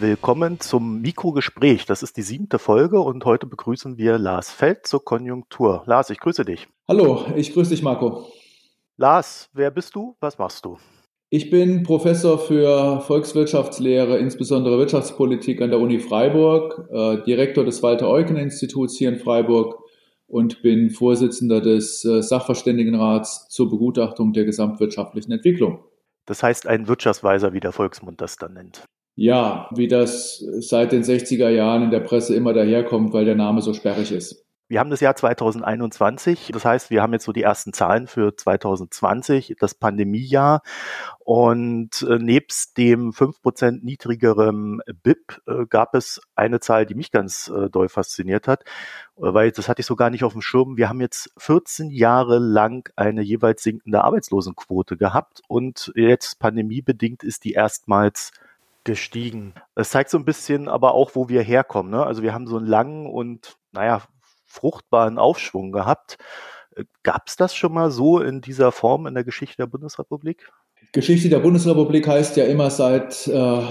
Willkommen zum Mikrogespräch. Das ist die 7. Folge und heute begrüßen wir Lars Feld zur Konjunktur. Lars, ich grüße dich. Hallo, ich grüße dich, Marco. Lars, wer bist du? Was machst du? Ich bin Professor für Volkswirtschaftslehre, insbesondere Wirtschaftspolitik an der Uni Freiburg, Direktor des Walter-Eucken-Instituts hier in Freiburg und bin Vorsitzender des Sachverständigenrats zur Begutachtung der gesamtwirtschaftlichen Entwicklung. Das heißt ein Wirtschaftsweiser, wie der Volksmund das dann nennt. Ja, wie das seit den 60er Jahren in der Presse immer daherkommt, weil der Name so sperrig ist. Wir haben das Jahr 2021, das heißt, wir haben jetzt so die ersten Zahlen für 2020, das Pandemiejahr. Und nebst dem 5% niedrigeren BIP gab es eine Zahl, die mich ganz doll fasziniert hat, weil das hatte ich so gar nicht auf dem Schirm. Wir haben jetzt 14 Jahre lang eine jeweils sinkende Arbeitslosenquote gehabt und jetzt pandemiebedingt ist die erstmals gestiegen. Das zeigt so ein bisschen aber auch, wo wir herkommen, ne? Also wir haben so einen langen und, fruchtbaren Aufschwung gehabt. Gab es das schon mal so in dieser Form in der Geschichte der Bundesrepublik? Geschichte der Bundesrepublik heißt ja immer seit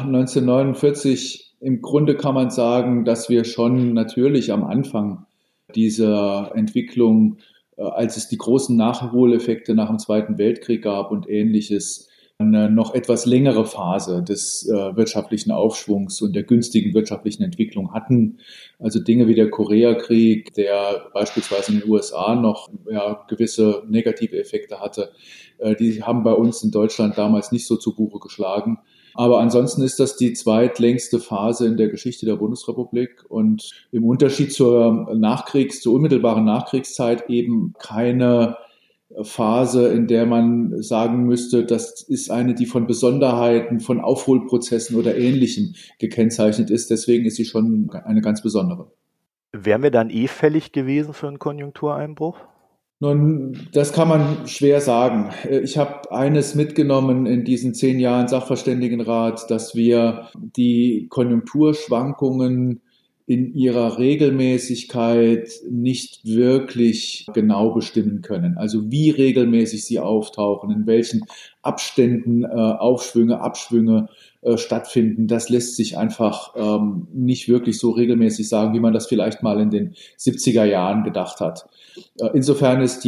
1949. Im Grunde kann man sagen, dass wir schon natürlich am Anfang dieser Entwicklung, als es die großen Nachholeffekte nach dem Zweiten Weltkrieg gab und Ähnliches, eine noch etwas längere Phase des wirtschaftlichen Aufschwungs und der günstigen wirtschaftlichen Entwicklung hatten. Also Dinge wie der Koreakrieg, der beispielsweise in den USA noch gewisse negative Effekte hatte, die haben bei uns in Deutschland damals nicht so zu Buche geschlagen. Aber ansonsten ist das die zweitlängste Phase in der Geschichte der Bundesrepublik und im Unterschied zur unmittelbaren Nachkriegszeit eben keine Phase, in der man sagen müsste, das ist eine, die von Besonderheiten, von Aufholprozessen oder Ähnlichem gekennzeichnet ist. Deswegen ist sie schon eine ganz besondere. Wären wir dann fällig gewesen für einen Konjunktureinbruch? Nun, das kann man schwer sagen. Ich habe eines mitgenommen in diesen 10 Jahren Sachverständigenrat, dass wir die Konjunkturschwankungen in ihrer Regelmäßigkeit nicht wirklich genau bestimmen können. Also wie regelmäßig sie auftauchen, in welchen Abständen Aufschwünge, Abschwünge stattfinden, das lässt sich einfach nicht wirklich so regelmäßig sagen, wie man das vielleicht mal in den 70er Jahren gedacht hat. Insofern ist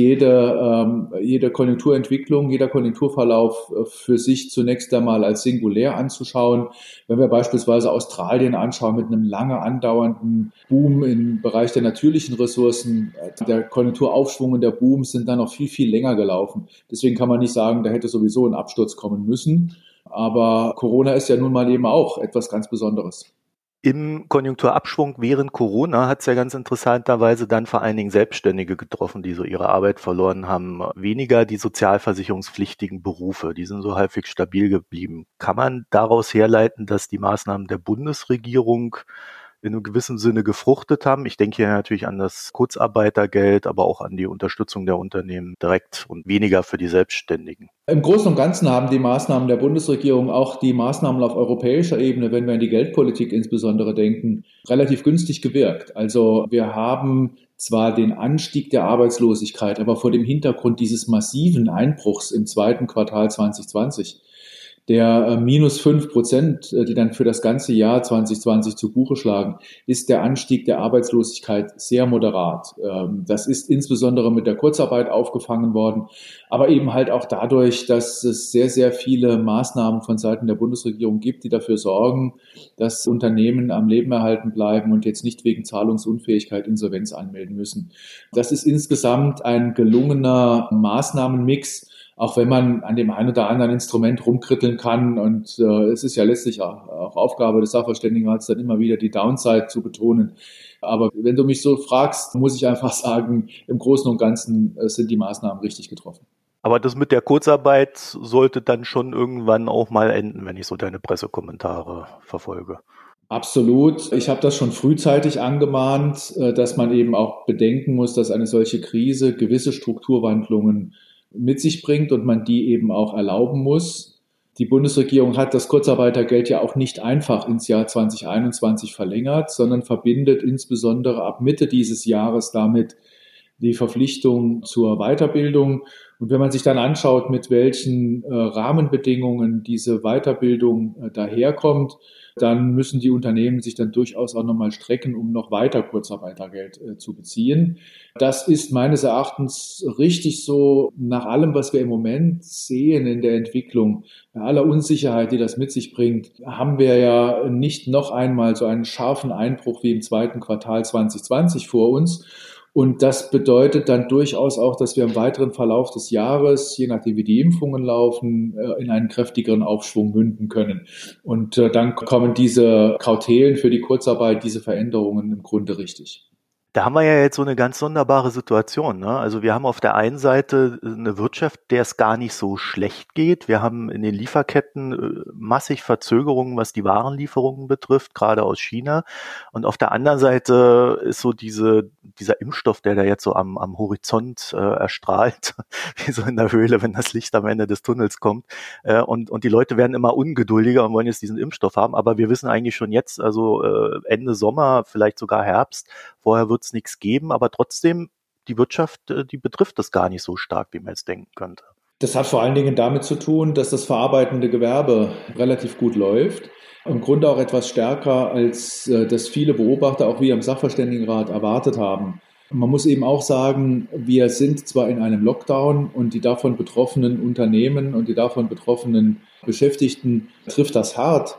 jede Konjunkturentwicklung, jeder Konjunkturverlauf für sich zunächst einmal als singulär anzuschauen. Wenn wir beispielsweise Australien anschauen mit einem lange andauernden Boom im Bereich der natürlichen Ressourcen, der Konjunkturaufschwung und der Boom sind dann noch viel, viel länger gelaufen. Deswegen kann man nicht sagen, da hätte sowieso ein Absturz kommen müssen. Aber Corona ist ja nun mal eben auch etwas ganz Besonderes. Im Konjunkturabschwung während Corona hat es ja ganz interessanterweise dann vor allen Dingen Selbstständige getroffen, die so ihre Arbeit verloren haben. Weniger die sozialversicherungspflichtigen Berufe, die sind so halbwegs stabil geblieben. Kann man daraus herleiten, dass die Maßnahmen der Bundesregierung in einem gewissen Sinne gefruchtet haben? Ich denke hier natürlich an das Kurzarbeitergeld, aber auch an die Unterstützung der Unternehmen direkt und weniger für die Selbstständigen. Im Großen und Ganzen haben die Maßnahmen der Bundesregierung, auch die Maßnahmen auf europäischer Ebene, wenn wir an die Geldpolitik insbesondere denken, relativ günstig gewirkt. Also wir haben zwar den Anstieg der Arbeitslosigkeit, aber vor dem Hintergrund dieses massiven Einbruchs im zweiten Quartal 2020, der -5%, die dann für das ganze Jahr 2020 zu Buche schlagen, ist der Anstieg der Arbeitslosigkeit sehr moderat. Das ist insbesondere mit der Kurzarbeit aufgefangen worden, aber eben halt auch dadurch, dass es sehr, sehr viele Maßnahmen von Seiten der Bundesregierung gibt, die dafür sorgen, dass Unternehmen am Leben erhalten bleiben und jetzt nicht wegen Zahlungsunfähigkeit Insolvenz anmelden müssen. Das ist insgesamt ein gelungener Maßnahmenmix, auch wenn man an dem einen oder anderen Instrument rumkritteln kann. Und es ist ja letztlich auch Aufgabe des Sachverständigenrats, dann immer wieder die Downside zu betonen. Aber wenn du mich so fragst, muss ich einfach sagen, im Großen und Ganzen sind die Maßnahmen richtig getroffen. Aber das mit der Kurzarbeit sollte dann schon irgendwann auch mal enden, wenn ich so deine Pressekommentare verfolge. Absolut. Ich habe das schon frühzeitig angemahnt, dass man eben auch bedenken muss, dass eine solche Krise gewisse Strukturwandlungen mit sich bringt und man die eben auch erlauben muss. Die Bundesregierung hat das Kurzarbeitergeld ja auch nicht einfach ins Jahr 2021 verlängert, sondern verbindet insbesondere ab Mitte dieses Jahres damit die Verpflichtung zur Weiterbildung. Und wenn man sich dann anschaut, mit welchen Rahmenbedingungen diese Weiterbildung daherkommt, dann müssen die Unternehmen sich dann durchaus auch nochmal strecken, um noch weiter Kurzarbeitergeld zu beziehen. Das ist meines Erachtens richtig so. Nach allem, was wir im Moment sehen in der Entwicklung, bei aller Unsicherheit, die das mit sich bringt, haben wir ja nicht noch einmal so einen scharfen Einbruch wie im zweiten Quartal 2020 vor uns. Und das bedeutet dann durchaus auch, dass wir im weiteren Verlauf des Jahres, je nachdem wie die Impfungen laufen, in einen kräftigeren Aufschwung münden können. Und dann kommen diese Kautelen für die Kurzarbeit, diese Veränderungen im Grunde richtig. Da haben wir ja jetzt so eine ganz sonderbare Situation, ne? Also wir haben auf der einen Seite eine Wirtschaft, der es gar nicht so schlecht geht. Wir haben in den Lieferketten massig Verzögerungen, was die Warenlieferungen betrifft, gerade aus China. Und auf der anderen Seite ist so dieser Impfstoff, der da jetzt so am Horizont erstrahlt, wie so in der Höhle, wenn das Licht am Ende des Tunnels kommt. Und die Leute werden immer ungeduldiger und wollen jetzt diesen Impfstoff haben. Aber wir wissen eigentlich schon jetzt, also Ende Sommer, vielleicht sogar Herbst, vorher wird es nichts geben, aber trotzdem, die Wirtschaft, die betrifft das gar nicht so stark, wie man jetzt denken könnte. Das hat vor allen Dingen damit zu tun, dass das verarbeitende Gewerbe relativ gut läuft. Im Grunde auch etwas stärker, als das viele Beobachter, auch wir im Sachverständigenrat, erwartet haben. Man muss eben auch sagen, wir sind zwar in einem Lockdown und die davon betroffenen Unternehmen und die davon betroffenen Beschäftigten trifft das hart.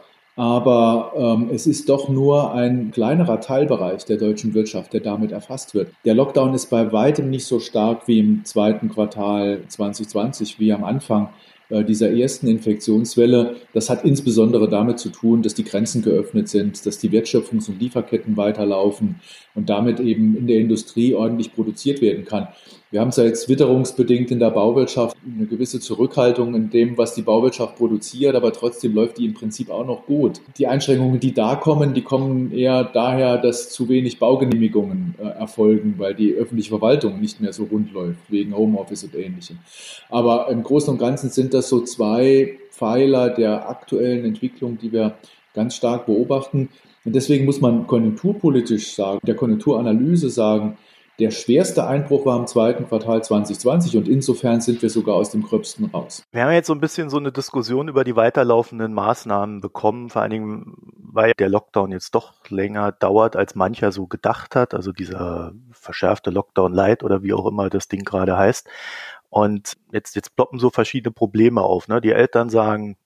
Aber es ist doch nur ein kleinerer Teilbereich der deutschen Wirtschaft, der damit erfasst wird. Der Lockdown ist bei weitem nicht so stark wie im zweiten Quartal 2020, wie am Anfang dieser ersten Infektionswelle. Das hat insbesondere damit zu tun, dass die Grenzen geöffnet sind, dass die Wertschöpfungs- und Lieferketten weiterlaufen und damit eben in der Industrie ordentlich produziert werden kann. Wir haben zwar jetzt witterungsbedingt in der Bauwirtschaft eine gewisse Zurückhaltung in dem, was die Bauwirtschaft produziert, aber trotzdem läuft die im Prinzip auch noch gut. Die Einschränkungen, die da kommen, die kommen eher daher, dass zu wenig Baugenehmigungen erfolgen, weil die öffentliche Verwaltung nicht mehr so rund läuft, wegen Homeoffice und Ähnlichem. Aber im Großen und Ganzen sind das so zwei Pfeiler der aktuellen Entwicklung, die wir ganz stark beobachten. Und deswegen muss man konjunkturpolitisch sagen, der Konjunkturanalyse sagen, der schwerste Einbruch war im zweiten Quartal 2020 und insofern sind wir sogar aus dem Gröbsten raus. Wir haben jetzt so ein bisschen so eine Diskussion über die weiterlaufenden Maßnahmen bekommen, vor allen Dingen, weil der Lockdown jetzt doch länger dauert, als mancher so gedacht hat, also dieser verschärfte Lockdown Light oder wie auch immer das Ding gerade heißt. Und jetzt ploppen so verschiedene Probleme auf, ne? Die Eltern sagen,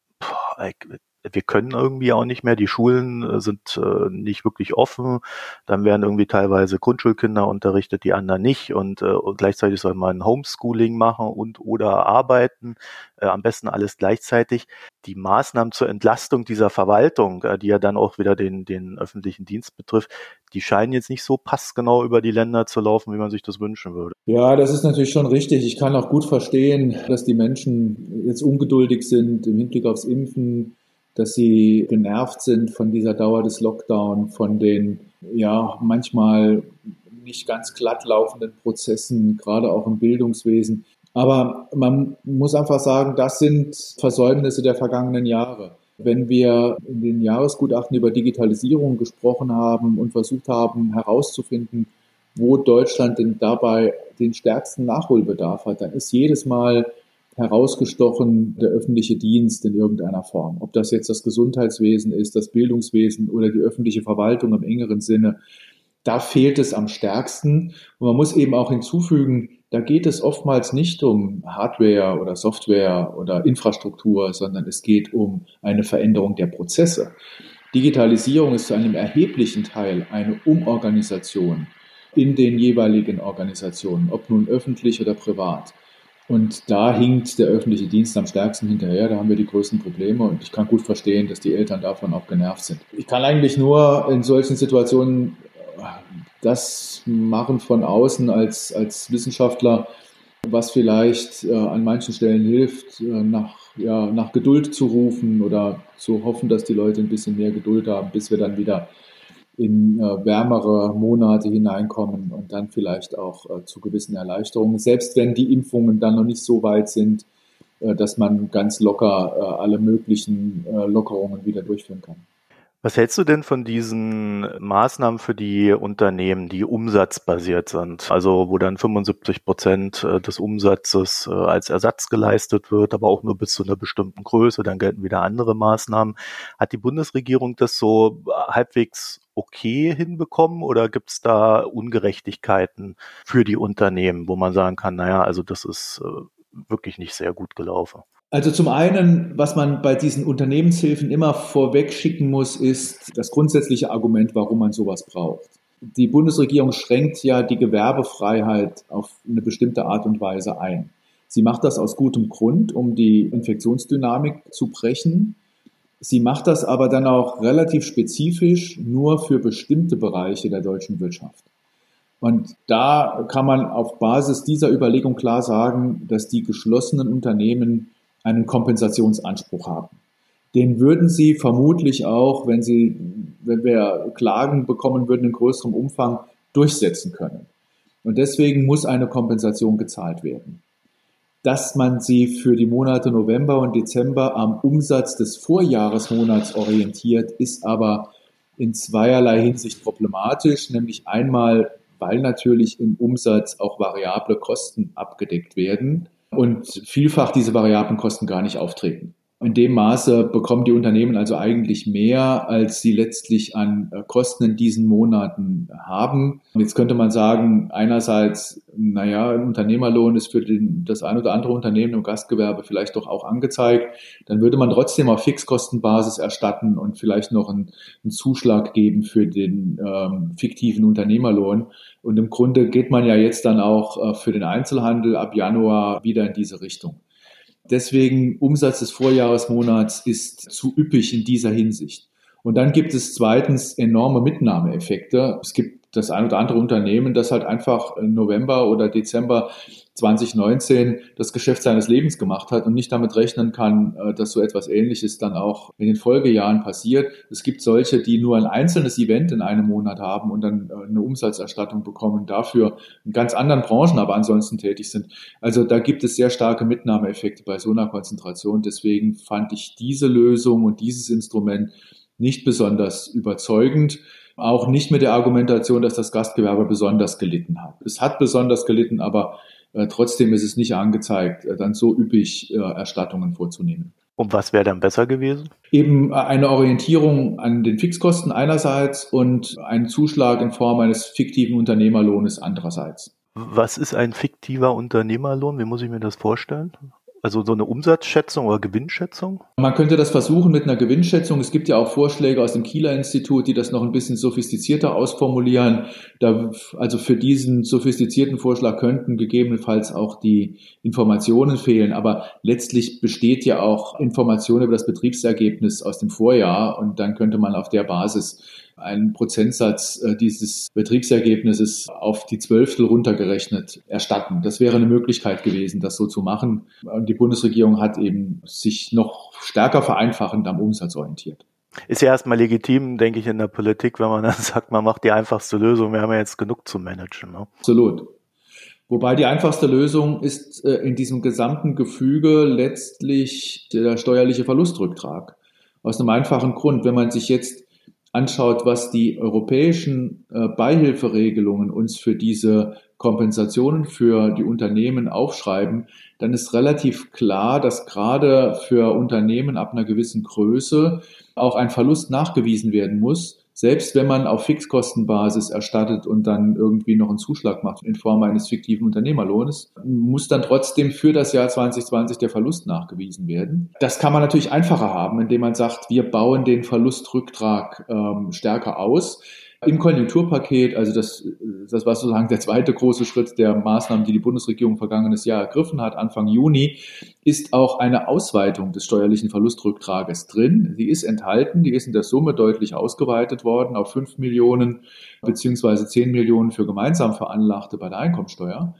wir können irgendwie auch nicht mehr, die Schulen sind nicht wirklich offen, dann werden irgendwie teilweise Grundschulkinder unterrichtet, die anderen nicht und gleichzeitig soll man Homeschooling machen und oder arbeiten, am besten alles gleichzeitig. Die Maßnahmen zur Entlastung dieser Verwaltung, die ja dann auch wieder den öffentlichen Dienst betrifft, die scheinen jetzt nicht so passgenau über die Länder zu laufen, wie man sich das wünschen würde. Ja, das ist natürlich schon richtig. Ich kann auch gut verstehen, dass die Menschen jetzt ungeduldig sind im Hinblick aufs Impfen, dass sie genervt sind von dieser Dauer des Lockdown, von den ja manchmal nicht ganz glatt laufenden Prozessen, gerade auch im Bildungswesen. Aber man muss einfach sagen, das sind Versäumnisse der vergangenen Jahre. Wenn wir in den Jahresgutachten über Digitalisierung gesprochen haben und versucht haben herauszufinden, wo Deutschland denn dabei den stärksten Nachholbedarf hat, dann ist jedes Mal herausgestochen der öffentliche Dienst in irgendeiner Form. Ob das jetzt das Gesundheitswesen ist, das Bildungswesen oder die öffentliche Verwaltung im engeren Sinne, da fehlt es am stärksten. Und man muss eben auch hinzufügen, da geht es oftmals nicht um Hardware oder Software oder Infrastruktur, sondern es geht um eine Veränderung der Prozesse. Digitalisierung ist zu einem erheblichen Teil eine Umorganisation in den jeweiligen Organisationen, ob nun öffentlich oder privat. Und da hinkt der öffentliche Dienst am stärksten hinterher, da haben wir die größten Probleme und ich kann gut verstehen, dass die Eltern davon auch genervt sind. Ich kann eigentlich nur in solchen Situationen das machen von außen als Wissenschaftler, was vielleicht an manchen Stellen hilft, nach Geduld zu rufen oder zu hoffen, dass die Leute ein bisschen mehr Geduld haben, bis wir dann wieder in wärmere Monate hineinkommen und dann vielleicht auch zu gewissen Erleichterungen, selbst wenn die Impfungen dann noch nicht so weit sind, dass man ganz locker alle möglichen Lockerungen wieder durchführen kann. Was hältst du denn von diesen Maßnahmen für die Unternehmen, die umsatzbasiert sind? Also wo dann 75% des Umsatzes als Ersatz geleistet wird, aber auch nur bis zu einer bestimmten Größe, dann gelten wieder andere Maßnahmen. Hat die Bundesregierung das so halbwegs okay hinbekommen oder gibt es da Ungerechtigkeiten für die Unternehmen, wo man sagen kann, naja, also das ist wirklich nicht sehr gut gelaufen? Also zum einen, was man bei diesen Unternehmenshilfen immer vorweg schicken muss, ist das grundsätzliche Argument, warum man sowas braucht. Die Bundesregierung schränkt ja die Gewerbefreiheit auf eine bestimmte Art und Weise ein. Sie macht das aus gutem Grund, um die Infektionsdynamik zu brechen. Sie macht das aber dann auch relativ spezifisch nur für bestimmte Bereiche der deutschen Wirtschaft. Und da kann man auf Basis dieser Überlegung klar sagen, dass die geschlossenen Unternehmen einen Kompensationsanspruch haben. Den würden sie vermutlich auch, wenn wir Klagen bekommen würden in größerem Umfang, durchsetzen können. Und deswegen muss eine Kompensation gezahlt werden. Dass man sie für die Monate November und Dezember am Umsatz des Vorjahresmonats orientiert, ist aber in zweierlei Hinsicht problematisch, nämlich einmal, weil natürlich im Umsatz auch variable Kosten abgedeckt werden und vielfach diese variablen Kosten gar nicht auftreten. In dem Maße bekommen die Unternehmen also eigentlich mehr, als sie letztlich an Kosten in diesen Monaten haben. Und jetzt könnte man sagen, einerseits, naja, ein Unternehmerlohn ist für das ein oder andere Unternehmen im Gastgewerbe vielleicht doch auch angezeigt. Dann würde man trotzdem auf Fixkostenbasis erstatten und vielleicht noch einen Zuschlag geben für den fiktiven Unternehmerlohn. Und im Grunde geht man ja jetzt dann auch für den Einzelhandel ab Januar wieder in diese Richtung. Deswegen Umsatz des Vorjahresmonats ist zu üppig in dieser Hinsicht. Und dann gibt es zweitens enorme Mitnahmeeffekte. Es gibt das ein oder andere Unternehmen, das halt einfach im November oder Dezember 2019 das Geschäft seines Lebens gemacht hat und nicht damit rechnen kann, dass so etwas Ähnliches dann auch in den Folgejahren passiert. Es gibt solche, die nur ein einzelnes Event in einem Monat haben und dann eine Umsatzerstattung bekommen, dafür in ganz anderen Branchen aber ansonsten tätig sind. Also da gibt es sehr starke Mitnahmeeffekte bei so einer Konzentration. Deswegen fand ich diese Lösung und dieses Instrument nicht besonders überzeugend. Auch nicht mit der Argumentation, dass das Gastgewerbe besonders gelitten hat. Es hat besonders gelitten, aber trotzdem ist es nicht angezeigt, dann so üppig Erstattungen vorzunehmen. Und was wäre dann besser gewesen? Eben eine Orientierung an den Fixkosten einerseits und einen Zuschlag in Form eines fiktiven Unternehmerlohnes andererseits. Was ist ein fiktiver Unternehmerlohn? Wie muss ich mir das vorstellen? Also so eine Umsatzschätzung oder Gewinnschätzung? Man könnte das versuchen mit einer Gewinnschätzung. Es gibt ja auch Vorschläge aus dem Kieler Institut, die das noch ein bisschen sophistizierter ausformulieren. Also für diesen sophistizierten Vorschlag könnten gegebenenfalls auch die Informationen fehlen. Aber letztlich besteht ja auch Information über das Betriebsergebnis aus dem Vorjahr. Und dann könnte man auf der Basis einen Prozentsatz dieses Betriebsergebnisses auf die Zwölftel runtergerechnet erstatten. Das wäre eine Möglichkeit gewesen, das so zu machen. Und die Bundesregierung hat eben sich noch stärker vereinfachend am Umsatz orientiert. Ist ja erstmal legitim, denke ich, in der Politik, wenn man dann sagt, man macht die einfachste Lösung, wir haben ja jetzt genug zu managen. Ne? Absolut. Wobei die einfachste Lösung ist in diesem gesamten Gefüge letztlich der steuerliche Verlustrücktrag. Aus einem einfachen Grund, wenn man sich jetzt anschaut, was die europäischen Beihilferegelungen uns für diese Kompensationen für die Unternehmen aufschreiben, dann ist relativ klar, dass gerade für Unternehmen ab einer gewissen Größe auch ein Verlust nachgewiesen werden muss, selbst wenn man auf Fixkostenbasis erstattet und dann irgendwie noch einen Zuschlag macht in Form eines fiktiven Unternehmerlohnes, muss dann trotzdem für das Jahr 2020 der Verlust nachgewiesen werden. Das kann man natürlich einfacher haben, indem man sagt, wir bauen den Verlustrücktrag stärker aus. Im Konjunkturpaket, also das war sozusagen der zweite große Schritt der Maßnahmen, die die Bundesregierung vergangenes Jahr ergriffen hat, Anfang Juni, ist auch eine Ausweitung des steuerlichen Verlustrücktrages drin. Die ist enthalten, die ist in der Summe deutlich ausgeweitet worden auf 5 Millionen beziehungsweise 10 Millionen für gemeinsam Veranlagte bei der Einkommensteuer.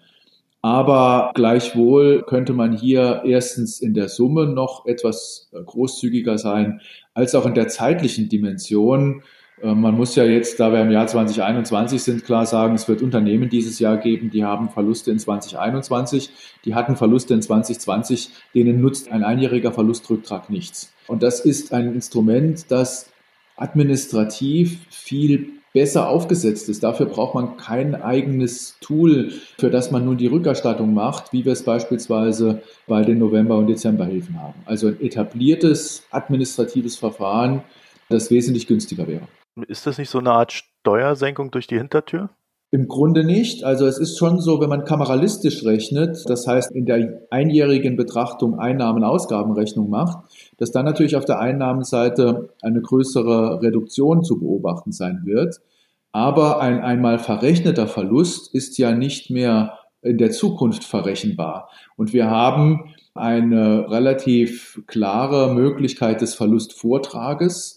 Aber gleichwohl könnte man hier erstens in der Summe noch etwas großzügiger sein, als auch in der zeitlichen Dimension. Man muss ja jetzt, da wir im Jahr 2021 sind, klar sagen, es wird Unternehmen dieses Jahr geben, die haben Verluste in 2021, die hatten Verluste in 2020, denen nutzt ein einjähriger Verlustrücktrag nichts. Und das ist ein Instrument, das administrativ viel besser aufgesetzt ist. Dafür braucht man kein eigenes Tool, für das man nun die Rückerstattung macht, wie wir es beispielsweise bei den November- und Dezemberhilfen haben. Also ein etabliertes administratives Verfahren, das wesentlich günstiger wäre. Ist das nicht so eine Art Steuersenkung durch die Hintertür? Im Grunde nicht. Also es ist schon so, wenn man kameralistisch rechnet, das heißt in der einjährigen Betrachtung Einnahmen-Ausgabenrechnung macht, dass dann natürlich auf der Einnahmenseite eine größere Reduktion zu beobachten sein wird. Aber ein einmal verrechneter Verlust ist ja nicht mehr in der Zukunft verrechenbar. Und wir haben eine relativ klare Möglichkeit des Verlustvortrages.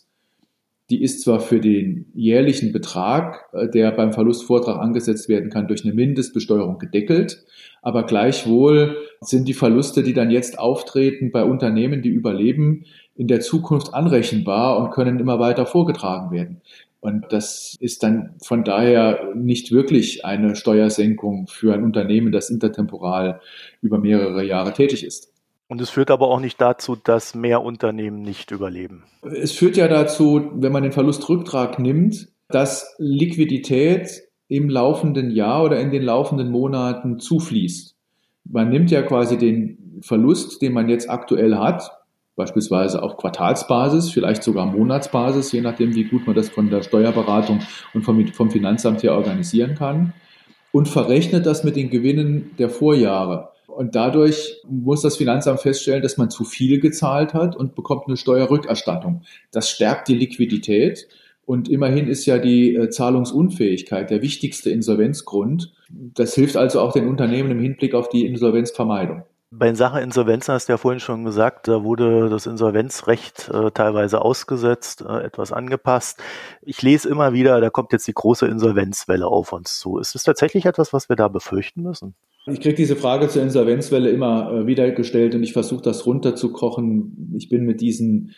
Die ist zwar für den jährlichen Betrag, der beim Verlustvortrag angesetzt werden kann, durch eine Mindestbesteuerung gedeckelt, aber gleichwohl sind die Verluste, die dann jetzt auftreten bei Unternehmen, die überleben, in der Zukunft anrechenbar und können immer weiter vorgetragen werden. Und das ist dann von daher nicht wirklich eine Steuersenkung für ein Unternehmen, das intertemporal über mehrere Jahre tätig ist. Und es führt aber auch nicht dazu, dass mehr Unternehmen nicht überleben. Es führt ja dazu, wenn man den Verlustrücktrag nimmt, dass Liquidität im laufenden Jahr oder in den laufenden Monaten zufließt. Man nimmt ja quasi den Verlust, den man jetzt aktuell hat, beispielsweise auf Quartalsbasis, vielleicht sogar Monatsbasis, je nachdem, wie gut man das von der Steuerberatung und vom Finanzamt her organisieren kann, und verrechnet das mit den Gewinnen der Vorjahre. Und dadurch muss das Finanzamt feststellen, dass man zu viel gezahlt hat und bekommt eine Steuerrückerstattung. Das stärkt die Liquidität. Und immerhin ist ja die Zahlungsunfähigkeit der wichtigste Insolvenzgrund. Das hilft also auch den Unternehmen im Hinblick auf die Insolvenzvermeidung. Bei Sache Insolvenzen hast du ja vorhin schon gesagt, da wurde das Insolvenzrecht teilweise ausgesetzt, etwas angepasst. Ich lese immer wieder, da kommt jetzt die große Insolvenzwelle auf uns zu. Ist es tatsächlich etwas, was wir da befürchten müssen? Ich kriege diese Frage zur Insolvenzwelle immer wieder gestellt und ich versuche das runterzukochen. Ich bin mit diesen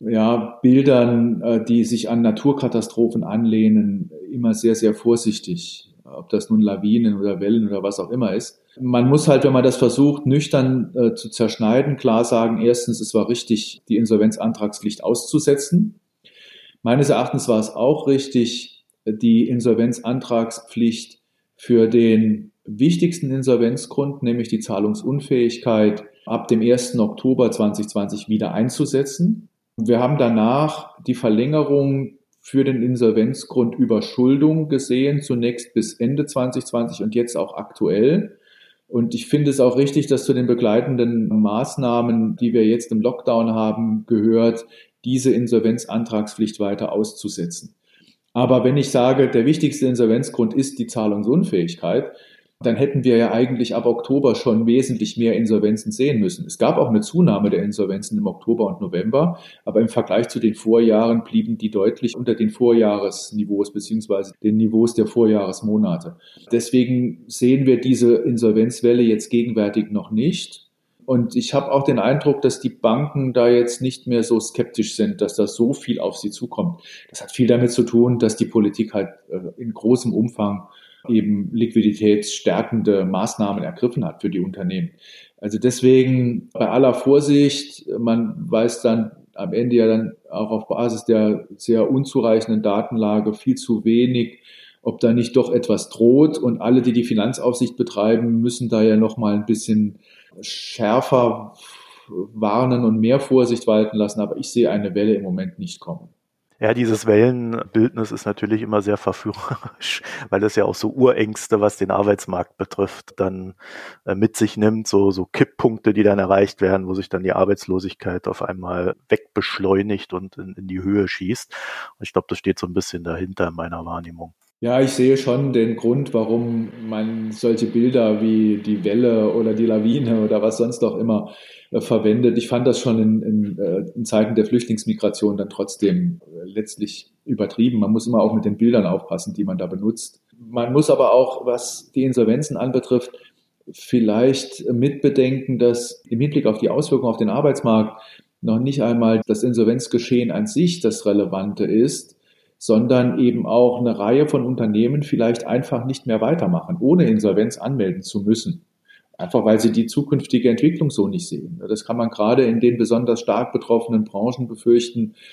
Bildern, die sich an Naturkatastrophen anlehnen, immer sehr, sehr vorsichtig. Ob das nun Lawinen oder Wellen oder was auch immer ist. Man muss halt, wenn man das versucht, nüchtern zu zerschneiden, klar sagen, erstens, es war richtig, die Insolvenzantragspflicht auszusetzen. Meines Erachtens war es auch richtig, die Insolvenzantragspflicht für den wichtigsten Insolvenzgrund, nämlich die Zahlungsunfähigkeit, ab dem 1. Oktober 2020 wieder einzusetzen. Wir haben danach die Verlängerung für den Insolvenzgrund Überschuldung gesehen, zunächst bis Ende 2020 und jetzt auch aktuell. Und ich finde es auch richtig, dass zu den begleitenden Maßnahmen, die wir jetzt im Lockdown haben, gehört, diese Insolvenzantragspflicht weiter auszusetzen. Aber wenn ich sage, der wichtigste Insolvenzgrund ist die Zahlungsunfähigkeit, dann hätten wir ja eigentlich ab Oktober schon wesentlich mehr Insolvenzen sehen müssen. Es gab auch eine Zunahme der Insolvenzen im Oktober und November, aber im Vergleich zu den Vorjahren blieben die deutlich unter den Vorjahresniveaus beziehungsweise den Niveaus der Vorjahresmonate. Deswegen sehen wir diese Insolvenzwelle jetzt gegenwärtig noch nicht. Und ich habe auch den Eindruck, dass die Banken da jetzt nicht mehr so skeptisch sind, dass da so viel auf sie zukommt. Das hat viel damit zu tun, dass die Politik halt in großem Umfang eben liquiditätsstärkende Maßnahmen ergriffen hat für die Unternehmen. Also deswegen bei aller Vorsicht, man weiß dann am Ende ja dann auch auf Basis der sehr unzureichenden Datenlage viel zu wenig, ob da nicht doch etwas droht, und alle, die die Finanzaufsicht betreiben, müssen da ja noch mal ein bisschen schärfer warnen und mehr Vorsicht walten lassen, aber ich sehe eine Welle im Moment nicht kommen. Ja, dieses Wellenbildnis ist natürlich immer sehr verführerisch, weil das ja auch so Urängste, was den Arbeitsmarkt betrifft, dann mit sich nimmt, so Kipppunkte, die dann erreicht werden, wo sich dann die Arbeitslosigkeit auf einmal wegbeschleunigt und in die Höhe schießt. Und ich glaube, das steht so ein bisschen dahinter in meiner Wahrnehmung. Ja, ich sehe schon den Grund, warum man solche Bilder wie die Welle oder die Lawine oder was sonst auch immer verwendet. Ich fand das schon in Zeiten der Flüchtlingsmigration dann trotzdem letztlich übertrieben. Man muss immer auch mit den Bildern aufpassen, die man da benutzt. Man muss aber auch, was die Insolvenzen anbetrifft, vielleicht mitbedenken, dass im Hinblick auf die Auswirkungen auf den Arbeitsmarkt noch nicht einmal das Insolvenzgeschehen an sich das Relevante ist, sondern eben auch eine Reihe von Unternehmen vielleicht einfach nicht mehr weitermachen, ohne Insolvenz anmelden zu müssen. Einfach weil sie die zukünftige Entwicklung so nicht sehen. Das kann man gerade in den besonders stark betroffenen Branchen befürchten.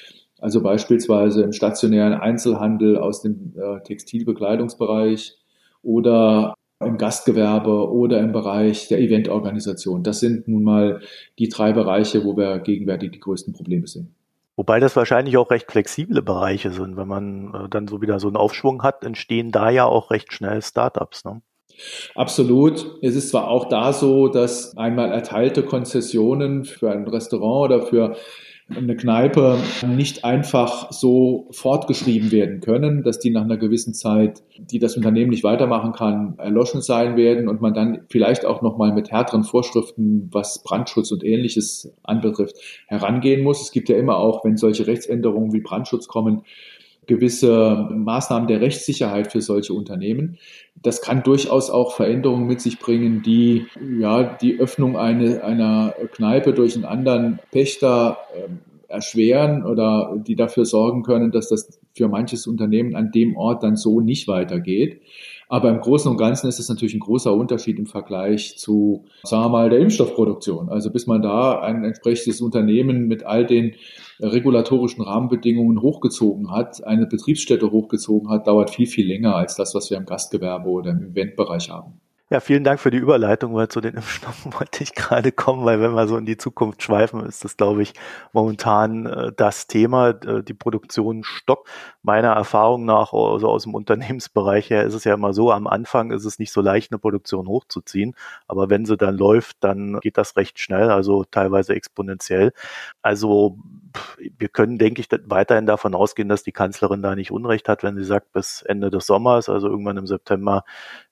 also beispielsweise im stationären Einzelhandel aus dem Textilbekleidungsbereich oder im Gastgewerbe oder im Bereich der Eventorganisation. Das sind nun mal die drei Bereiche, wo wir gegenwärtig die größten Probleme sehen. Wobei das wahrscheinlich auch recht flexible Bereiche sind. Wenn man dann so wieder so einen Aufschwung hat, entstehen da ja auch recht schnell Startups, ne? Absolut. Es ist zwar auch da so, dass einmal erteilte Konzessionen für ein Restaurant oder für eine Kneipe nicht einfach so fortgeschrieben werden können, dass die nach einer gewissen Zeit, die das Unternehmen nicht weitermachen kann, erloschen sein werden und man dann vielleicht auch nochmal mit härteren Vorschriften, was Brandschutz und Ähnliches anbetrifft, herangehen muss. Es gibt ja immer auch, wenn solche Rechtsänderungen wie Brandschutz kommen, gewisse Maßnahmen der Rechtssicherheit für solche Unternehmen. Das kann durchaus auch Veränderungen mit sich bringen, die die Öffnung einer Kneipe durch einen anderen Pächter erschweren oder die dafür sorgen können, dass das für manches Unternehmen an dem Ort dann so nicht weitergeht. Aber im Großen und Ganzen ist es natürlich ein großer Unterschied im Vergleich zu, sagen wir mal, der Impfstoffproduktion. Also bis man da ein entsprechendes Unternehmen mit all den regulatorischen Rahmenbedingungen hochgezogen hat, eine Betriebsstätte hochgezogen hat, dauert viel, viel länger als das, was wir im Gastgewerbe oder im Eventbereich haben. Ja, vielen Dank für die Überleitung, weil zu den Impfstoffen wollte ich gerade kommen, weil wenn wir so in die Zukunft schweifen, ist das, glaube ich, momentan das Thema. Die Produktion stockt. Meiner Erfahrung nach, also aus dem Unternehmensbereich her, ist es ja immer so, am Anfang ist es nicht so leicht, eine Produktion hochzuziehen, aber wenn sie dann läuft, dann geht das recht schnell, also teilweise exponentiell. Also wir können, denke ich, weiterhin davon ausgehen, dass die Kanzlerin da nicht Unrecht hat, wenn sie sagt, bis Ende des Sommers, also irgendwann im September,